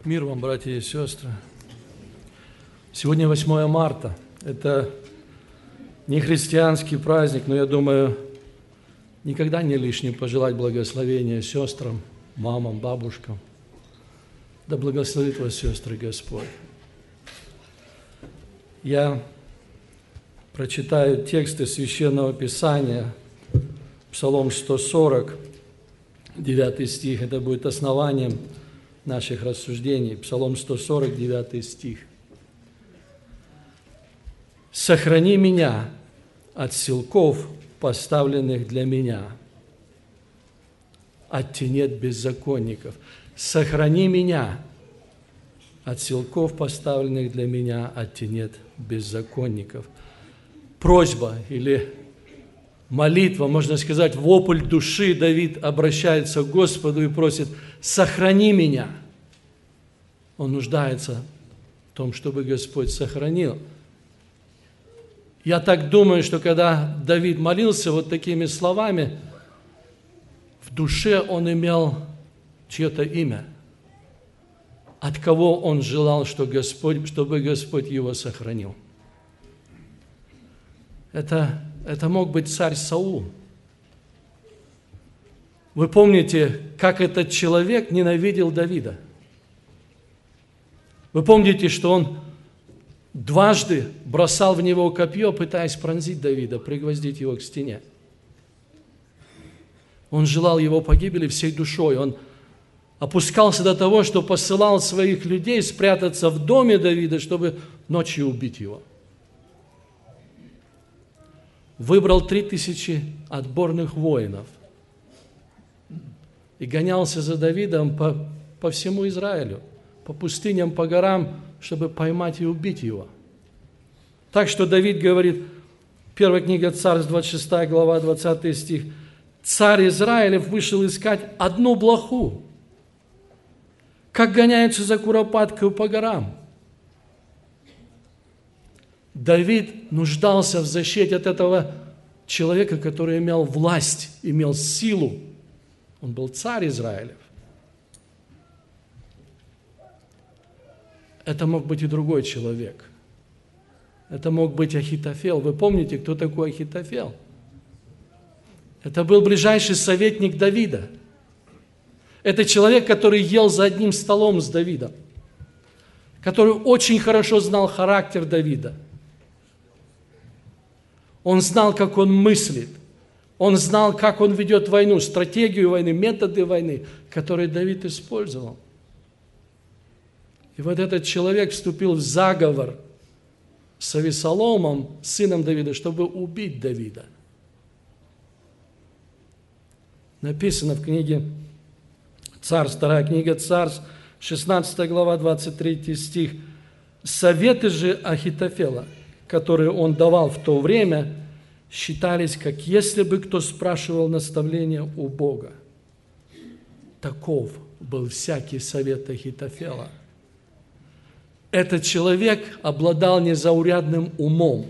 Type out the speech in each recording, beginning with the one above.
Мир вам, братья и сестры. Сегодня 8 марта. Это не христианский праздник, но я думаю, никогда не лишним пожелать благословения сестрам, мамам, бабушкам. Да благословит вас, сестры, Господь. Я прочитаю тексты Священного Писания, Псалом 140, 9 стих. Это будет основанием наших рассуждений. Псалом 140, 9 стих. «Сохрани меня от силков, поставленных для меня, от тенет беззаконников». Сохрани меня от силков, поставленных для меня, от тенет беззаконников. Просьба или молитва, можно сказать, вопль души. Давид обращается к Господу и просит: «Сохрани меня». Он нуждается в том, чтобы Господь сохранил. Я так думаю, что когда Давид молился вот такими словами, в душе он имел чье-то имя, от кого он желал, чтобы Господь его сохранил. Это мог быть царь Саул. Вы помните, как этот человек ненавидел Давида? Вы помните, что он дважды бросал в него копье, пытаясь пронзить Давида, пригвоздить его к стене. Он желал его погибели всей душой. Он опускался до того, что посылал своих людей спрятаться в доме Давида, чтобы ночью убить его. Выбрал 3000 отборных воинов и гонялся за Давидом по всему Израилю, по пустыням, по горам, чтобы поймать и убить его. Так что Давид говорит, 1 книга Царств, 26 глава, 20 стих, «Царь Израилев вышел искать одну блоху, как гоняются за куропаткой по горам». Давид нуждался в защите от этого человека, который имел власть, имел силу. Он был царь Израилев. Это мог быть и другой человек. Это мог быть Ахитофел. Вы помните, кто такой Ахитофел? Это был ближайший советник Давида. Это человек, который ел за одним столом с Давидом, который очень хорошо знал характер Давида. Он знал, как он мыслит. Он знал, как он ведет войну, стратегию войны, методы войны, которые Давид использовал. И вот этот человек вступил в заговор с Авесоломом, сыном Давида, чтобы убить Давида. Написано в книге Царств, 2 книга Царств, 16 глава, 23 стих. «Советы же Ахитофела, которые он давал в то время, считались, как если бы кто спрашивал наставления у Бога. Таков был всякий совет Ахитофела». Этот человек обладал незаурядным умом.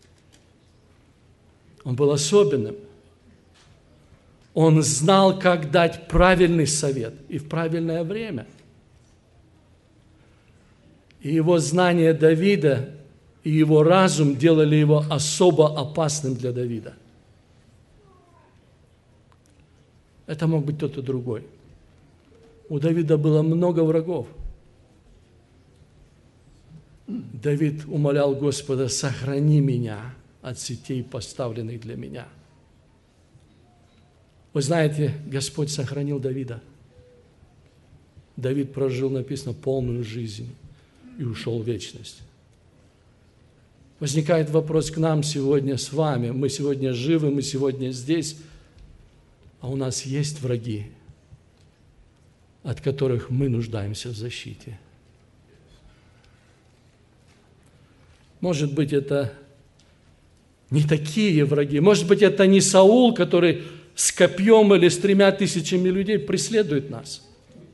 Он был особенным. Он знал, как дать правильный совет и в правильное время. И его знание Давида и его разум делали его особо опасным для Давида. Это мог быть кто-то другой. У Давида было много врагов. Давид умолял Господа: «Сохрани меня от сетей, поставленных для меня». Вы знаете, Господь сохранил Давида. Давид прожил, написано, полную жизнь и ушел в вечность. Возникает вопрос к нам сегодня с вами. Мы сегодня живы, мы сегодня здесь, а у нас есть враги, от которых мы нуждаемся в защите. Может быть, это не такие враги. Может быть, это не Саул, который с копьем или с 3000 людей преследует нас.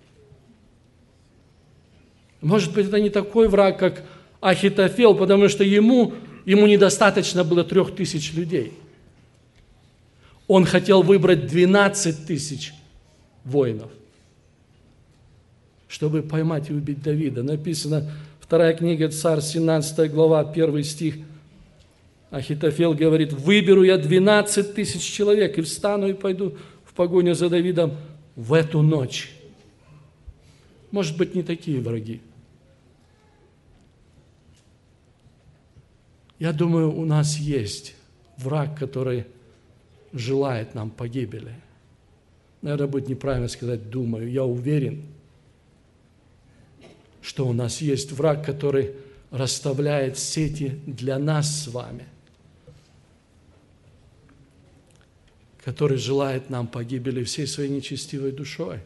Может быть, это не такой враг, как Ахитофел, потому что ему недостаточно было 3000 людей. Он хотел выбрать 12 000 воинов. чтобы поймать и убить Давида. Написано, 2 книга Царств, 17 глава, 1 стих. Ахитофел говорит: «Выберу я 12 тысяч человек, и встану, и пойду в погоню за Давидом в эту ночь». Может быть, не такие враги. Я думаю, у нас есть враг, который желает нам погибели. Наверное, будет неправильно сказать «думаю». Я уверен, что у нас есть враг, который расставляет сети для нас с вами, который желает нам погибели всей своей нечестивой душой.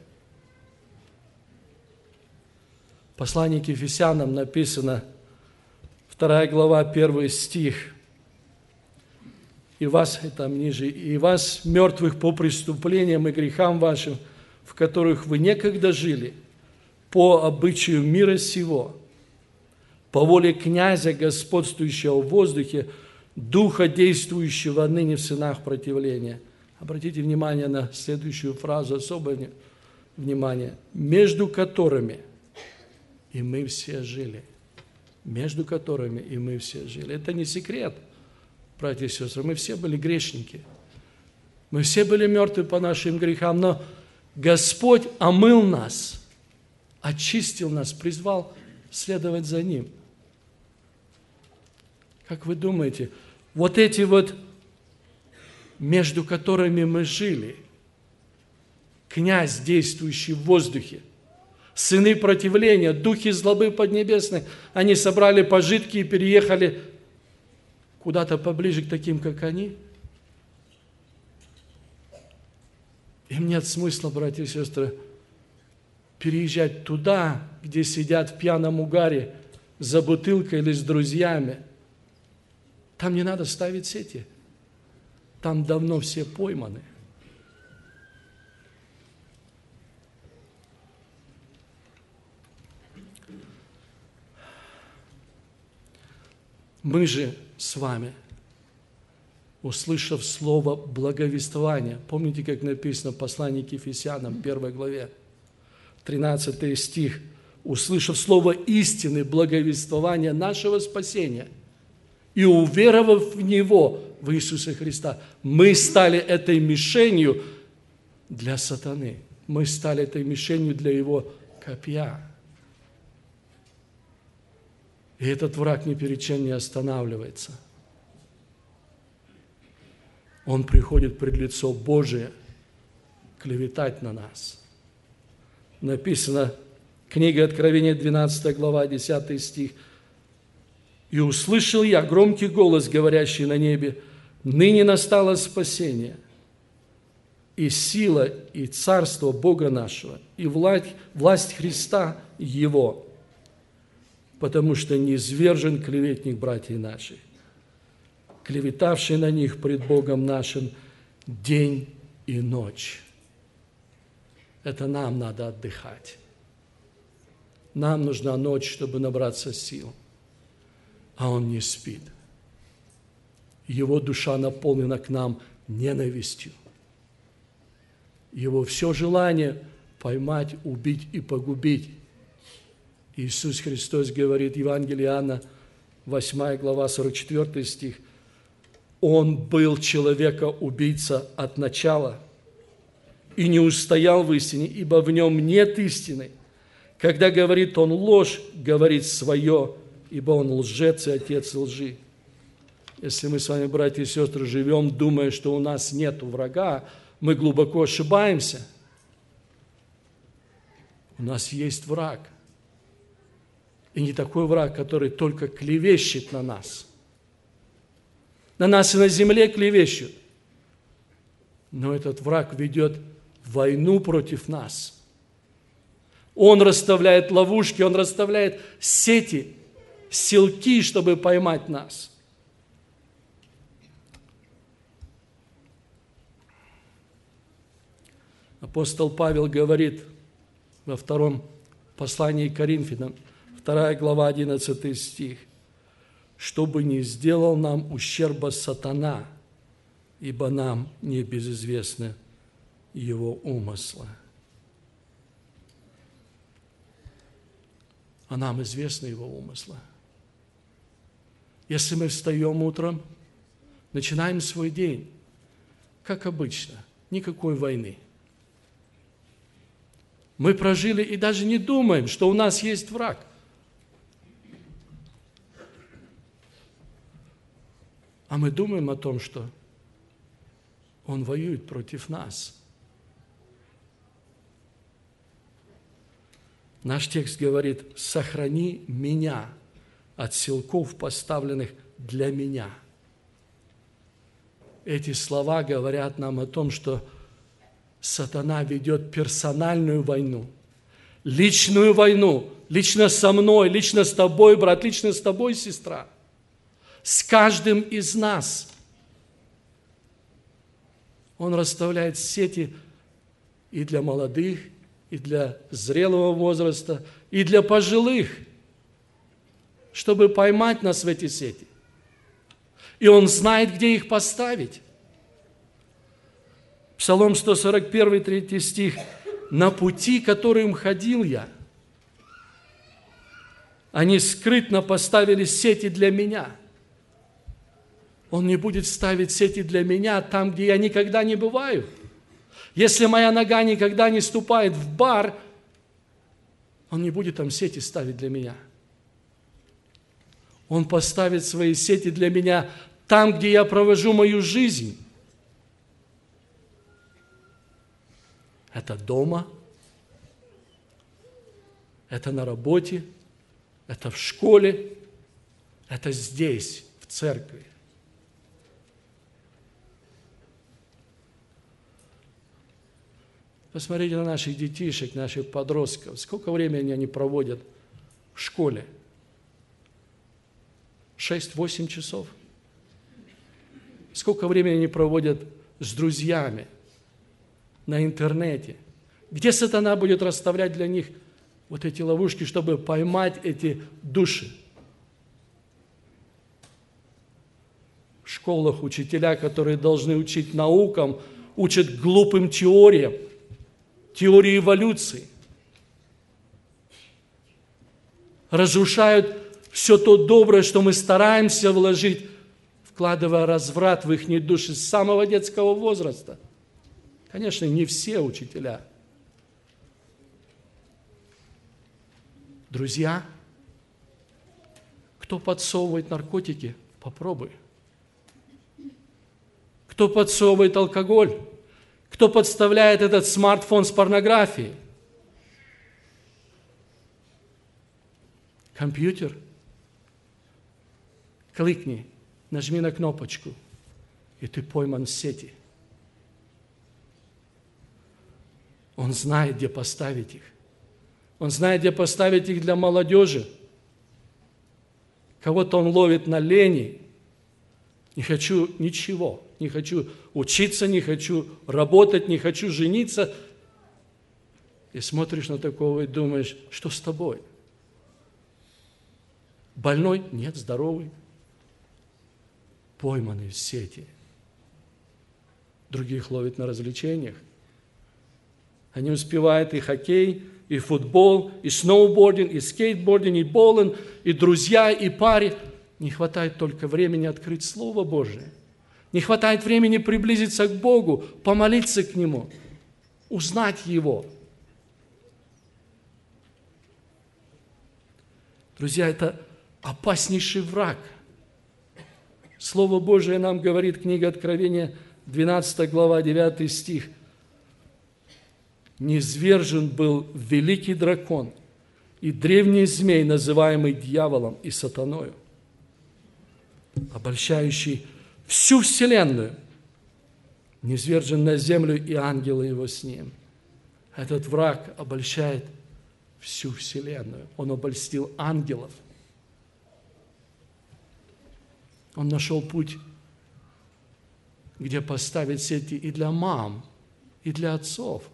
В послании к Ефесянам написано, 2 глава, 1 стих, «И вас», там ниже, «и вас, мертвых по преступлениям и грехам вашим, в которых вы некогда жили, по обычаю мира сего, по воле князя, господствующего в воздухе, духа, действующего ныне в сынах противления». Обратите внимание на следующую фразу, особое внимание. «Между которыми и мы все жили». Между которыми и мы все жили. Это не секрет, братья и сестры. Мы все были грешники. Мы все были мертвы по нашим грехам, но Господь омыл нас, очистил нас, призвал следовать за Ним. Как вы думаете, вот эти вот, между которыми мы жили, князь, действующий в воздухе, сыны противления, духи злобы поднебесной, они собрали пожитки и переехали куда-то поближе к таким, как они. Им нет смысла, братья и сестры, переезжать туда, где сидят в пьяном угаре за бутылкой или с друзьями. Там не надо ставить сети. Там давно все пойманы. Мы же с вами, услышав слово благовествования, помните, как написано в послании к Ефесянам, 1 главе, 13 стих, услышав слово истины, благовествования нашего спасения и уверовав в Него, в Иисуса Христа, мы стали этой мишенью для сатаны. Мы стали этой мишенью для его копья. И этот враг ни перед чем не останавливается. Он приходит пред лицо Божие клеветать на нас. Написано, книга Откровения, 12 глава, 10 стих. «И услышал я громкий голос, говорящий на небе: ныне настало спасение, и сила, и царство Бога нашего, и власть Христа Его, потому что низвержен клеветник братьев наших, клеветавший на них пред Богом нашим день и ночь». Это нам надо отдыхать. Нам нужна ночь, чтобы набраться сил. А он не спит. Его душа наполнена к нам ненавистью. Его все желание поймать, убить и погубить. Иисус Христос говорит, Евангелие Иоанна, 8 глава, 44 стих, «Он был человека-убийца от начала и не устоял в истине, ибо в нем нет истины. Когда говорит он ложь, говорит свое, ибо он лжец и отец лжи». Если мы с вами, братья и сестры, живем, думая, что у нас нет врага, мы глубоко ошибаемся. У нас есть враг. И не такой враг, который только клевещет на нас. На нас и на земле клевещут. Но этот враг ведет войну против нас. Он расставляет ловушки, он расставляет сети, селки, чтобы поймать нас. Апостол Павел говорит во втором послании к Коринфянам, 2 глава, 11 стих, «Чтобы не сделал нам ущерба сатана, ибо нам не безызвестны его умысла». а нам известны Его умыслы. Если мы встаем утром, начинаем свой день, как обычно, никакой войны. Мы прожили и даже не думаем, что у нас есть враг. А мы думаем о том, что он воюет против нас. Наш текст говорит: «Сохрани меня от силков, поставленных для меня». Эти слова говорят нам о том, что сатана ведет персональную войну, личную войну, лично со мной, лично с тобой, брат, лично с тобой, сестра, с каждым из нас. Он расставляет сети и для молодых, и для зрелого возраста, и для пожилых, чтобы поймать нас в эти сети. И Он знает, где их поставить. Псалом 141, 3 стих. «На пути, которым ходил я, они скрытно поставили сети для меня». Он не будет ставить сети для меня там, где я никогда не бываю. Если моя нога никогда не ступает в бар, Он не будет там сети ставить для меня. Он поставит свои сети для меня там, где я провожу мою жизнь. Это дома, это на работе, это в школе, это здесь, в церкви. Посмотрите на наших детишек, наших подростков. Сколько времени они проводят в школе? 6-8 часов. Сколько времени они проводят с друзьями на интернете? Где сатана будет расставлять для них вот эти ловушки, чтобы поймать эти души? В школах учителя, которые должны учить наукам, учат глупым теориям, теории эволюции. Разрушают все то доброе, что мы стараемся вложить, вкладывая разврат в их души с самого детского возраста. Конечно, не все учителя. Друзья, кто подсовывает наркотики, попробуй. Кто подсовывает алкоголь, кто подставляет этот смартфон с порнографией, компьютер, кликни, нажми на кнопочку, и ты пойман в сети. Он знает, где поставить их. Он знает, где поставить их для молодежи. Кого-то он ловит на лени. Не хочу ничего. Не хочу учиться, не хочу работать, не хочу жениться. И смотришь на такого и думаешь, что с тобой? Больной? Нет, здоровый. Пойманный в сети. Других ловит на развлечениях. Они успевают и хоккей, и футбол, и сноубординг, и скейтбординг, и боулинг, и друзья, и пари. Не хватает только времени открыть Слово Божие. Не хватает времени приблизиться к Богу, помолиться к Нему, узнать Его. Друзья, это опаснейший враг. Слово Божие нам говорит, книга Откровения, 12 глава, 9 стих. «Низвержен был великий дракон и древний змей, называемый дьяволом и сатаною, обольщающий всю вселенную, низвержен на землю, и ангелы его с ним». Этот враг обольщает всю вселенную. Он обольстил ангелов. Он нашел путь, где поставить сети и для мам, и для отцов.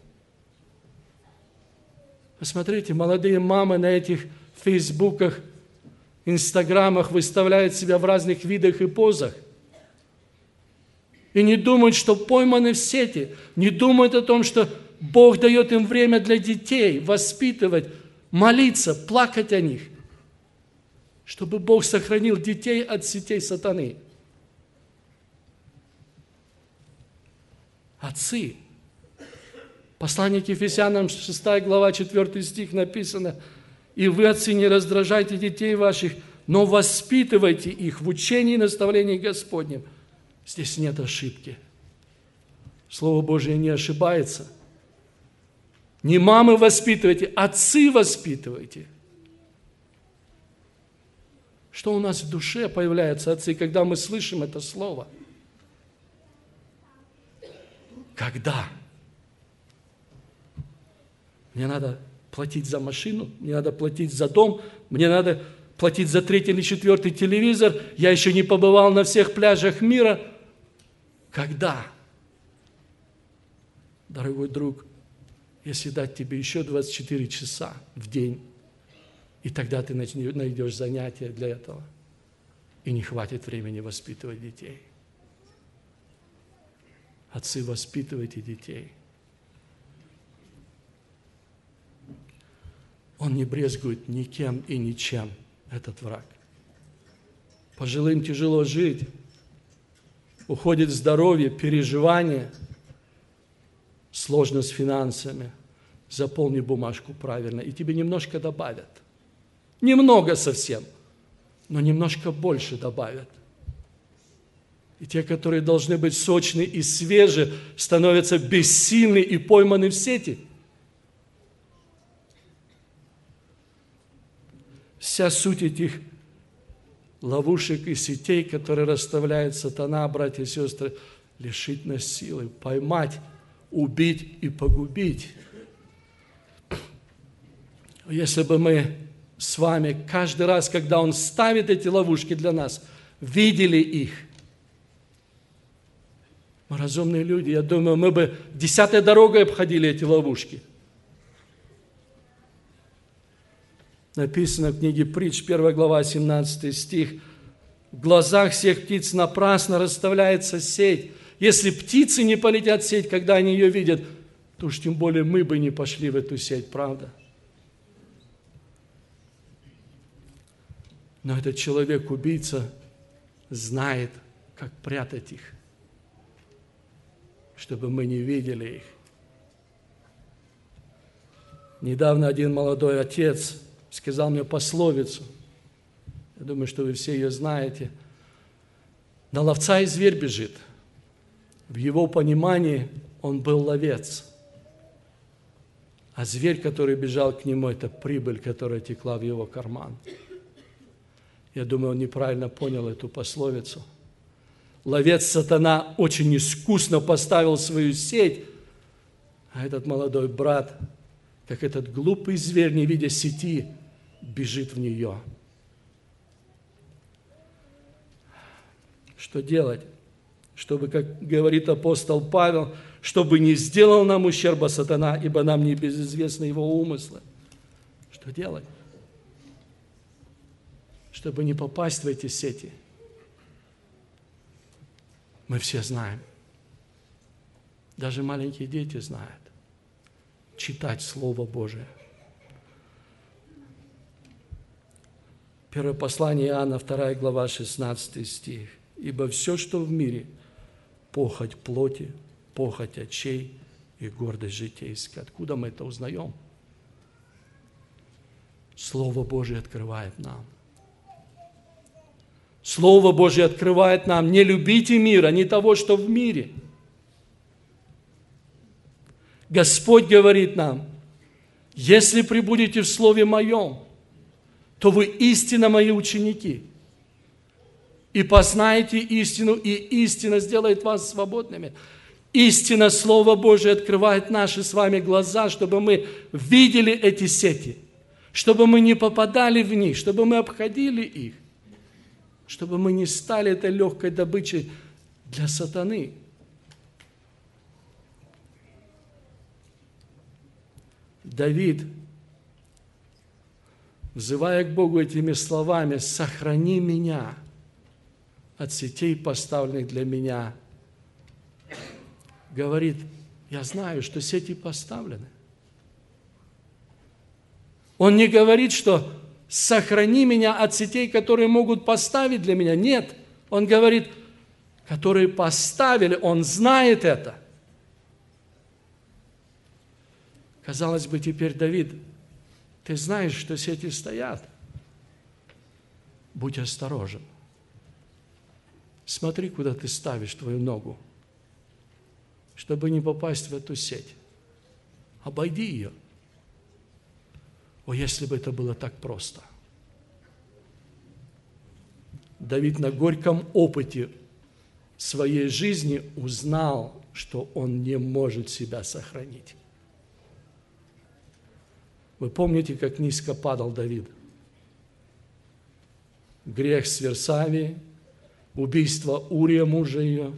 Посмотрите, молодые мамы на этих фейсбуках, инстаграмах выставляют себя в разных видах и позах. И не думают, что пойманы в сети. Не думают о том, что Бог дает им время для детей, воспитывать, молиться, плакать о них, чтобы Бог сохранил детей от сетей сатаны. Отцы. Послание к Ефесянам, 6 глава, 4 стих написано: «И вы, отцы, не раздражайте детей ваших, но воспитывайте их в учении и наставлении Господнем». Здесь нет ошибки. Слово Божие не ошибается. Не мамы воспитывайте, отцы воспитывайте. Что у нас в душе появляется, отцы, когда мы слышим это слово? Когда? Мне надо платить за машину, мне надо платить за дом, мне надо платить за 3-й или 4-й телевизор, я еще не побывал на всех пляжах мира. Когда? Дорогой друг, если дать тебе еще 24 часа в день, и тогда ты найдешь занятия для этого, и не хватит времени воспитывать детей. Отцы, воспитывайте детей. Он не брезгует никем и ничем, этот враг. Пожилым тяжело жить, уходит здоровье, переживания, сложно с финансами. Заполни бумажку правильно, и тебе немножко добавят. Немного совсем, но немножко больше добавят. И те, которые должны быть сочны и свежи, становятся бессильны и пойманы в сети. Вся суть этих ловушек и сетей, которые расставляет сатана, братья и сестры, лишить нас силы, поймать, убить и погубить. Если бы мы с вами каждый раз, когда он ставит эти ловушки для нас, видели их, мы разумные люди, я думаю, мы бы 10-й дорогой обходили эти ловушки. Написано в книге Притч, 1 глава, 17 стих: «В глазах всех птиц напрасно расставляется сеть. Если птицы не полетят в сеть, когда они ее видят, то уж тем более мы бы не пошли в эту сеть, правда?» Но этот человек-убийца знает, как прятать их, чтобы мы не видели их. Недавно один молодой отец сказал мне пословицу, я думаю, что вы все ее знаете: «На ловца и зверь бежит». В его понимании он был ловец, а зверь, который бежал к нему, это прибыль, которая текла в его карман. Я думаю, он неправильно понял эту пословицу. Ловец сатана очень искусно поставил свою сеть, а этот молодой брат, как этот глупый зверь, не видя сети, бежит в нее. Что делать? Чтобы, как говорит апостол Павел, чтобы не сделал нам ущерба сатана, ибо нам не безызвестны его умыслы. Что делать? Чтобы не попасть в эти сети. Мы все знаем. Даже маленькие дети знают. Читать Слово Божие. Первое послание Иоанна, 2 глава, 16 стих. «Ибо все, что в мире, похоть плоти, похоть очей и гордость житейская». Откуда мы это узнаем? Слово Божие открывает нам. Слово Божие открывает нам: не любите мира, не того, что в мире. Господь говорит нам: если пребудете в Слове Моем, то вы истинно Мои ученики, и познаете истину, и истина сделает вас свободными. Истина, Слово Божие открывает наши с вами глаза, чтобы мы видели эти сети, чтобы мы не попадали в них, чтобы мы обходили их, чтобы мы не стали этой легкой добычей для сатаны. Давид, взывая к Богу этими словами: «Сохрани меня от сетей, поставленных для меня», говорит: я знаю, что сети поставлены. Он не говорит, что сохрани меня от сетей, которые могут поставить для меня. Нет. Он говорит, которые поставили, он знает это. Казалось бы, теперь, Давид, ты знаешь, что сети стоят. Будь осторожен. Смотри, куда ты ставишь твою ногу, чтобы не попасть в эту сеть. Обойди ее. О, если бы это было так просто. Давид на горьком опыте своей жизни узнал, что он не может себя сохранить. Вы помните, как низко падал Давид? Грех с Версавией, убийство Урия, мужа ее.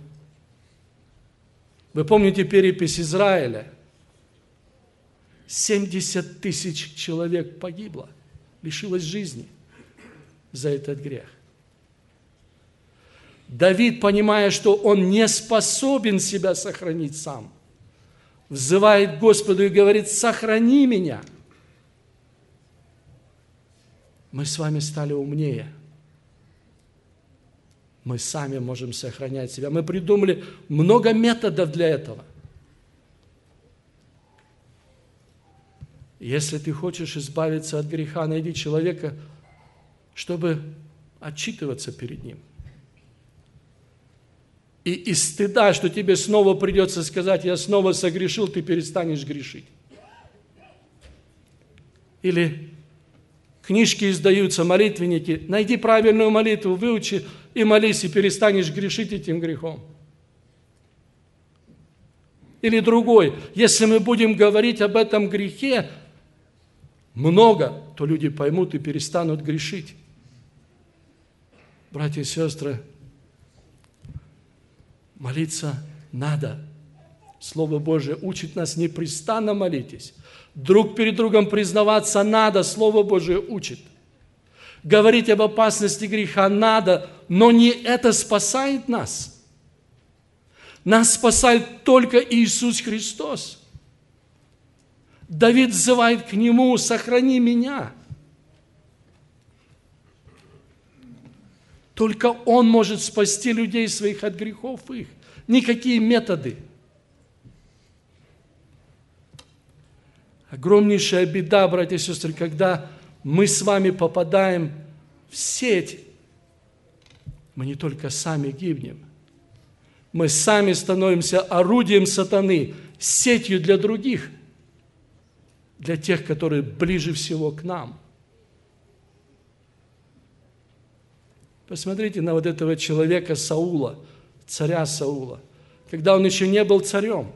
Вы помните перепись Израиля? 70 тысяч человек погибло, лишилось жизни за этот грех. Давид, понимая, что он не способен себя сохранить сам, взывает к Господу и говорит: «Сохрани меня». Мы с вами стали умнее. Мы сами можем сохранять себя. Мы придумали много методов для этого. Если ты хочешь избавиться от греха, найди человека, чтобы отчитываться перед ним. И из стыда, что тебе снова придется сказать: «Я снова согрешил», ты перестанешь грешить. Или книжки издаются, молитвенники. Найди правильную молитву, выучи и молись, и перестанешь грешить этим грехом. Или другой. Если мы будем говорить об этом грехе много, то люди поймут и перестанут грешить. Братья и сестры, молиться надо. Слово Божие учит нас: непрестанно молитесь. Друг перед другом признаваться надо, Слово Божие учит. Говорить об опасности греха надо, но не это спасает нас. Нас спасает только Иисус Христос. Давид взывает к Нему: «Сохрани меня». Только Он может спасти людей своих от грехов их. Никакие методы. Огромнейшая беда, братья и сестры, когда мы с вами попадаем в сеть, мы не только сами гибнем, мы сами становимся орудием сатаны, сетью для других, для тех, которые ближе всего к нам. Посмотрите на вот этого человека Саула, царя Саула, когда он еще не был царем.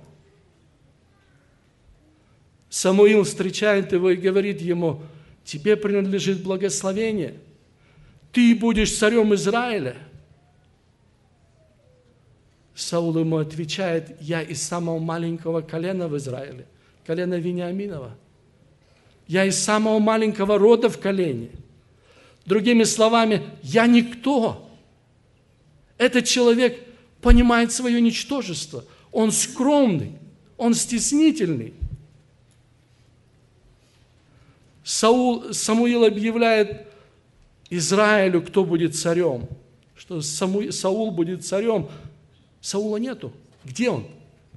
Самуил встречает его и говорит ему: «Тебе принадлежит благословение, ты будешь царем Израиля». Саул ему отвечает: «Я из самого маленького колена в Израиле, колена Вениаминова. Я из самого маленького рода в колене». Другими словами, я никто. Этот человек понимает свое ничтожество. Он скромный, он стеснительный. Самуил объявляет Израилю, кто будет царем. Что Саул будет царем. Саула нету. Где он?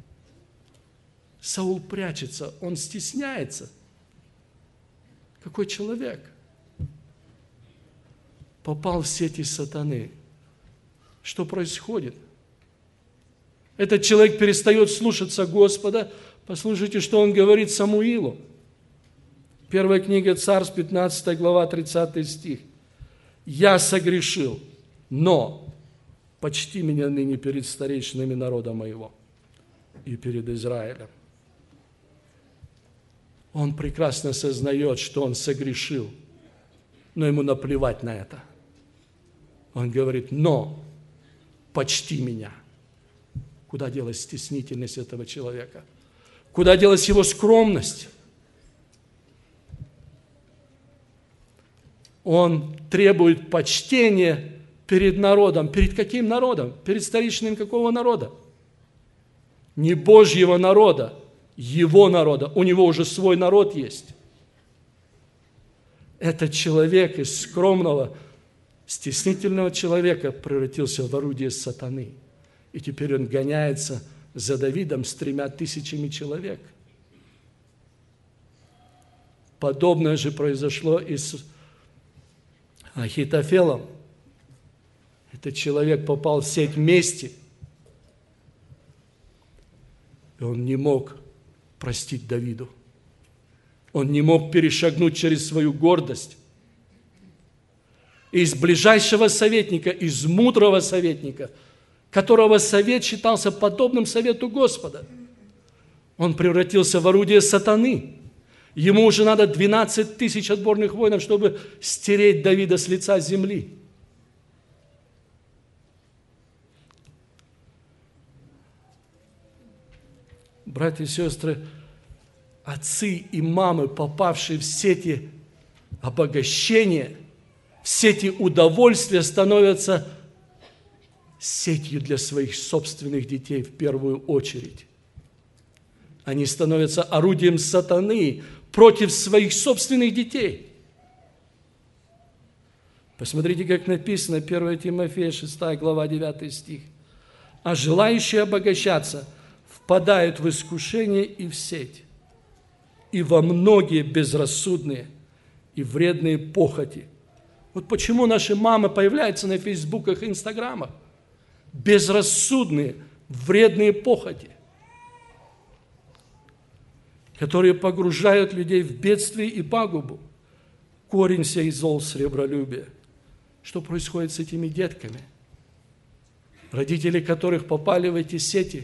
Саул прячется, он стесняется. Какой человек? Попал в сети сатаны. Что происходит? Этот человек перестает слушаться Господа. Послушайте, что он говорит Самуилу. Первая книга Царств, 15 глава, 30 стих. «Я согрешил, но почти меня ныне перед старейшинами народа моего и перед Израилем». Он прекрасно сознает, что он согрешил, но ему наплевать на это. Он говорит: «Но почти меня». Куда делась стеснительность этого человека? Куда делась его скромность? Он требует почтения перед народом. Перед каким народом? Перед старейшинами какого народа? Не Божьего народа, его народа. У него уже свой народ есть. Этот человек из скромного, стеснительного человека превратился в орудие сатаны. И теперь он гоняется за Давидом с 3000 человек. Подобное же произошло и с Ахитофелом. Этот человек попал в сеть мести, и он не мог простить Давиду. Он не мог перешагнуть через свою гордость. Из ближайшего советника, из мудрого советника, которого совет считался подобным совету Господа, он превратился в орудие сатаны. Ему уже надо 12 000 отборных воинов, чтобы стереть Давида с лица земли. Братья и сестры, отцы и мамы, попавшие в сети обогащения, в сети удовольствия, становятся сетью для своих собственных детей в первую очередь. Они становятся орудием сатаны против своих собственных детей. Посмотрите, как написано, 1 Тимофея, 6 глава, 9 стих. «А желающие обогащаться впадают в искушение и в сеть, и во многие безрассудные и вредные похоти». Вот почему наши мамы появляются на фейсбуках и инстаграмах. Безрассудные, вредные похоти, которые погружают людей в бедствие и пагубу. Корень сей зол сребролюбия. Что происходит с этими детками, родители которых попали в эти сети?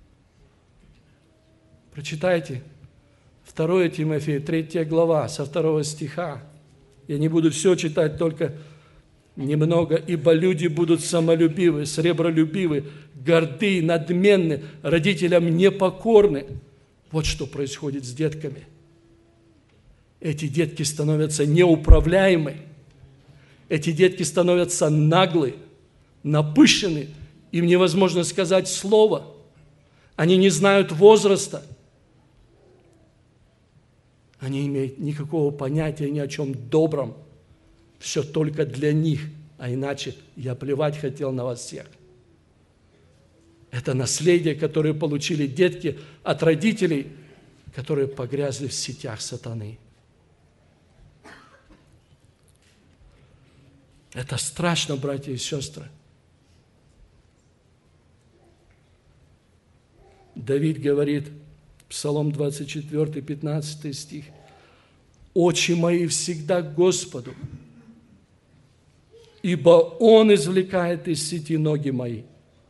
Прочитайте 2 Тимофея, 3 глава, со 2 стиха. Я не буду все читать, только немного. «Ибо люди будут самолюбивы, сребролюбивы, горды, надменны, родителям непокорны». Вот что происходит с детками. Эти детки становятся неуправляемы. Эти детки становятся наглы, напыщены. Им невозможно сказать слово. Они не знают возраста. Они не имеют никакого понятия ни о чем добром. Все только для них, а иначе я плевать хотел на вас всех. Это наследие, которое получили детки от родителей, которые погрязли в сетях сатаны. Это страшно, братья и сестры. Давид говорит, Псалом 24, 15 стих, «Очи мои всегда к Господу, ибо Он извлекает из сети ноги мои».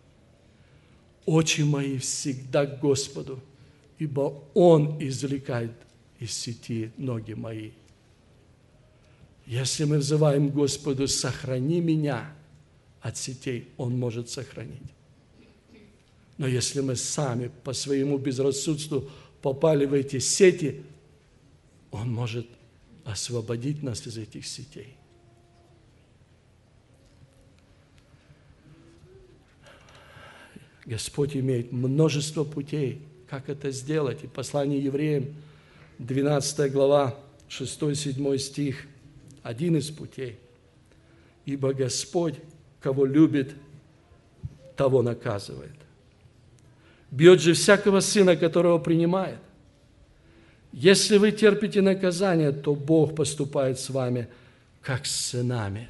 Очи мои всегда к Господу, ибо Он извлекает из сети ноги мои. Если мы взываем Господу, сохрани меня от сетей, Он может сохранить. Но если мы сами по своему безрассудству попали в эти сети, Он может освободить нас из этих сетей. Господь имеет множество путей, как это сделать. И послание евреям, 12 глава, 6-7 стих, один из путей. «Ибо Господь, кого любит, того наказывает. Бьет же всякого сына, которого принимает. Если вы терпите наказание, то Бог поступает с вами, как с сынами».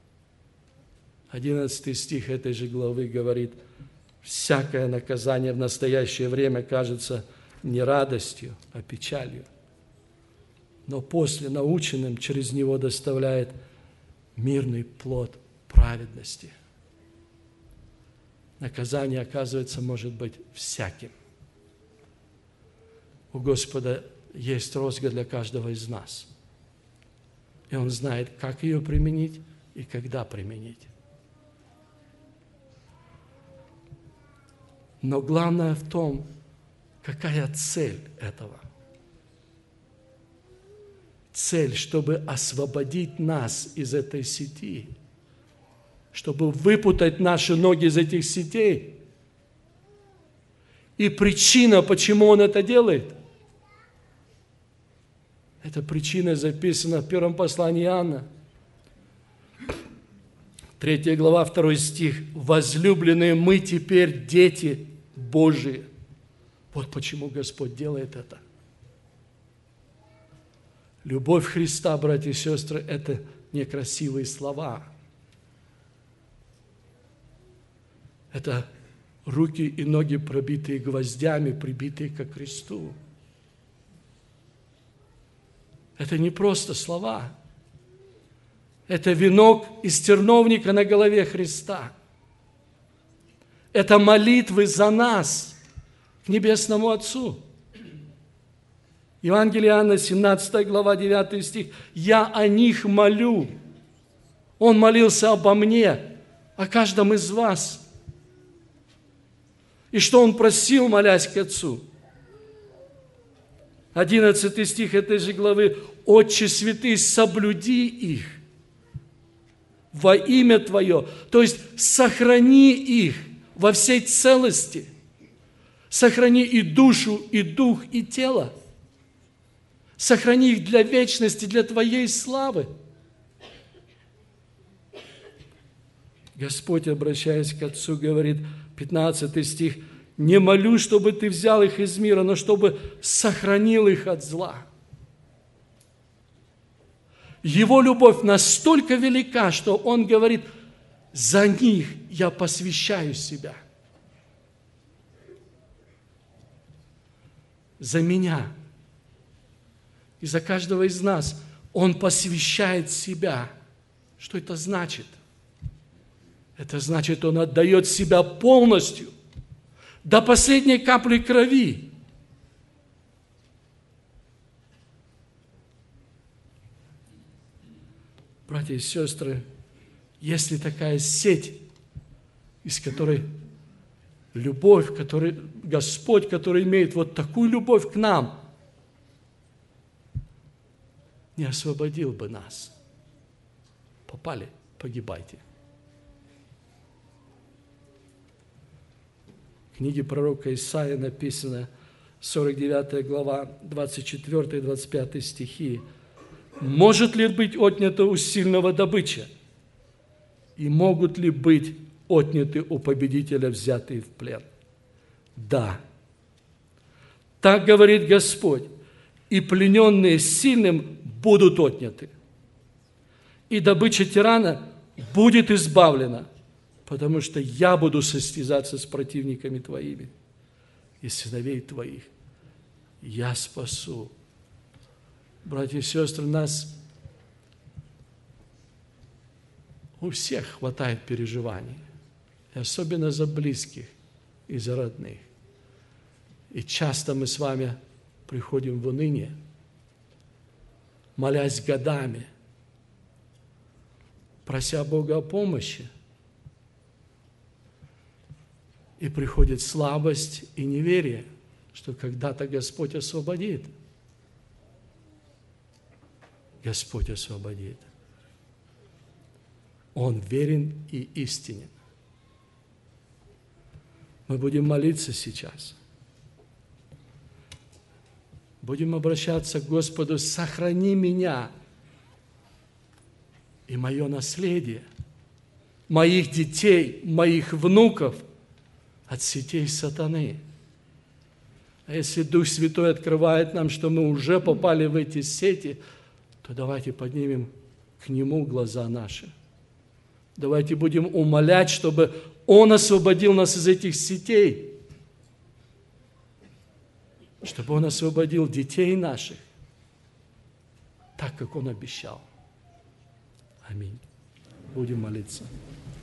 11 стих этой же главы говорит, «Всякое наказание в настоящее время кажется не радостью, а печалью, но после наученным через него доставляет мирный плод праведности». Наказание, оказывается, может быть всяким. У Господа есть розга для каждого из нас. И Он знает, как ее применить и когда применить. Но главное в том, какая цель этого. Цель, чтобы освободить нас из этой сети, чтобы выпутать наши ноги из этих сетей. И причина, почему Он это делает, Эта причина записана в первом послании Иоанна. 3 глава, 2 стих. «Возлюбленные, мы теперь дети Божии». Вот почему Господь делает это. Любовь Христа, братья и сестры, это не красивые слова. Это руки и ноги, пробитые гвоздями, прибитые ко кресту. Это не просто слова. Это венок из терновника на голове Христа. Это молитвы за нас к Небесному Отцу. Евангелие Иоанна, 17 глава, 9 стих. «Я о них молю». Он молился обо мне, о каждом из вас. И что Он просил, молясь к Отцу? 11 стих этой же главы. «Отче святый, соблюди их во имя Твое». То есть сохрани их во всей целости. Сохрани и душу, и дух, и тело. Сохрани их для вечности, для Твоей славы. Господь, обращаясь к Отцу, говорит, 15 стих, «Не молю, чтобы Ты взял их из мира, но чтобы сохранил их от зла». Его любовь настолько велика, что Он говорит, «За них я посвящаю себя». За меня и за каждого из нас Он посвящает себя. Что это значит? Это значит, Он отдает себя полностью, до последней капли крови. Братья и сестры, если такая сеть, из которой любовь, Господь, который имеет вот такую любовь к нам, не освободил бы нас. Попали, погибайте. В книге пророка Исаии написано, 49 глава, 24 и 25 стихи. «Может ли быть отнято у сильного добыча? И могут ли быть отняты у победителя, взятые в плен? Да. Так говорит Господь, и плененные сильным будут отняты, и добыча тирана будет избавлена, потому что я буду состязаться с противниками твоими, и сыновей твоих я спасу». Братья и сестры, нас у всех хватает переживаний, и особенно за близких и за родных. И часто мы с вами приходим в уныние, молясь годами, прося Бога о помощи, и приходит слабость и неверие, что когда-то Господь освободит. Господь освободит. Он верен и истинен. Мы будем молиться сейчас. Будем обращаться к Господу: сохрани меня и мое наследие, моих детей, моих внуков от сетей сатаны. А если Дух Святой открывает нам, что мы уже попали в эти сети, то давайте поднимем к Нему глаза наши. Давайте будем умолять, чтобы Он освободил нас из этих сетей, чтобы Он освободил детей наших, так, как Он обещал. Аминь. Будем молиться.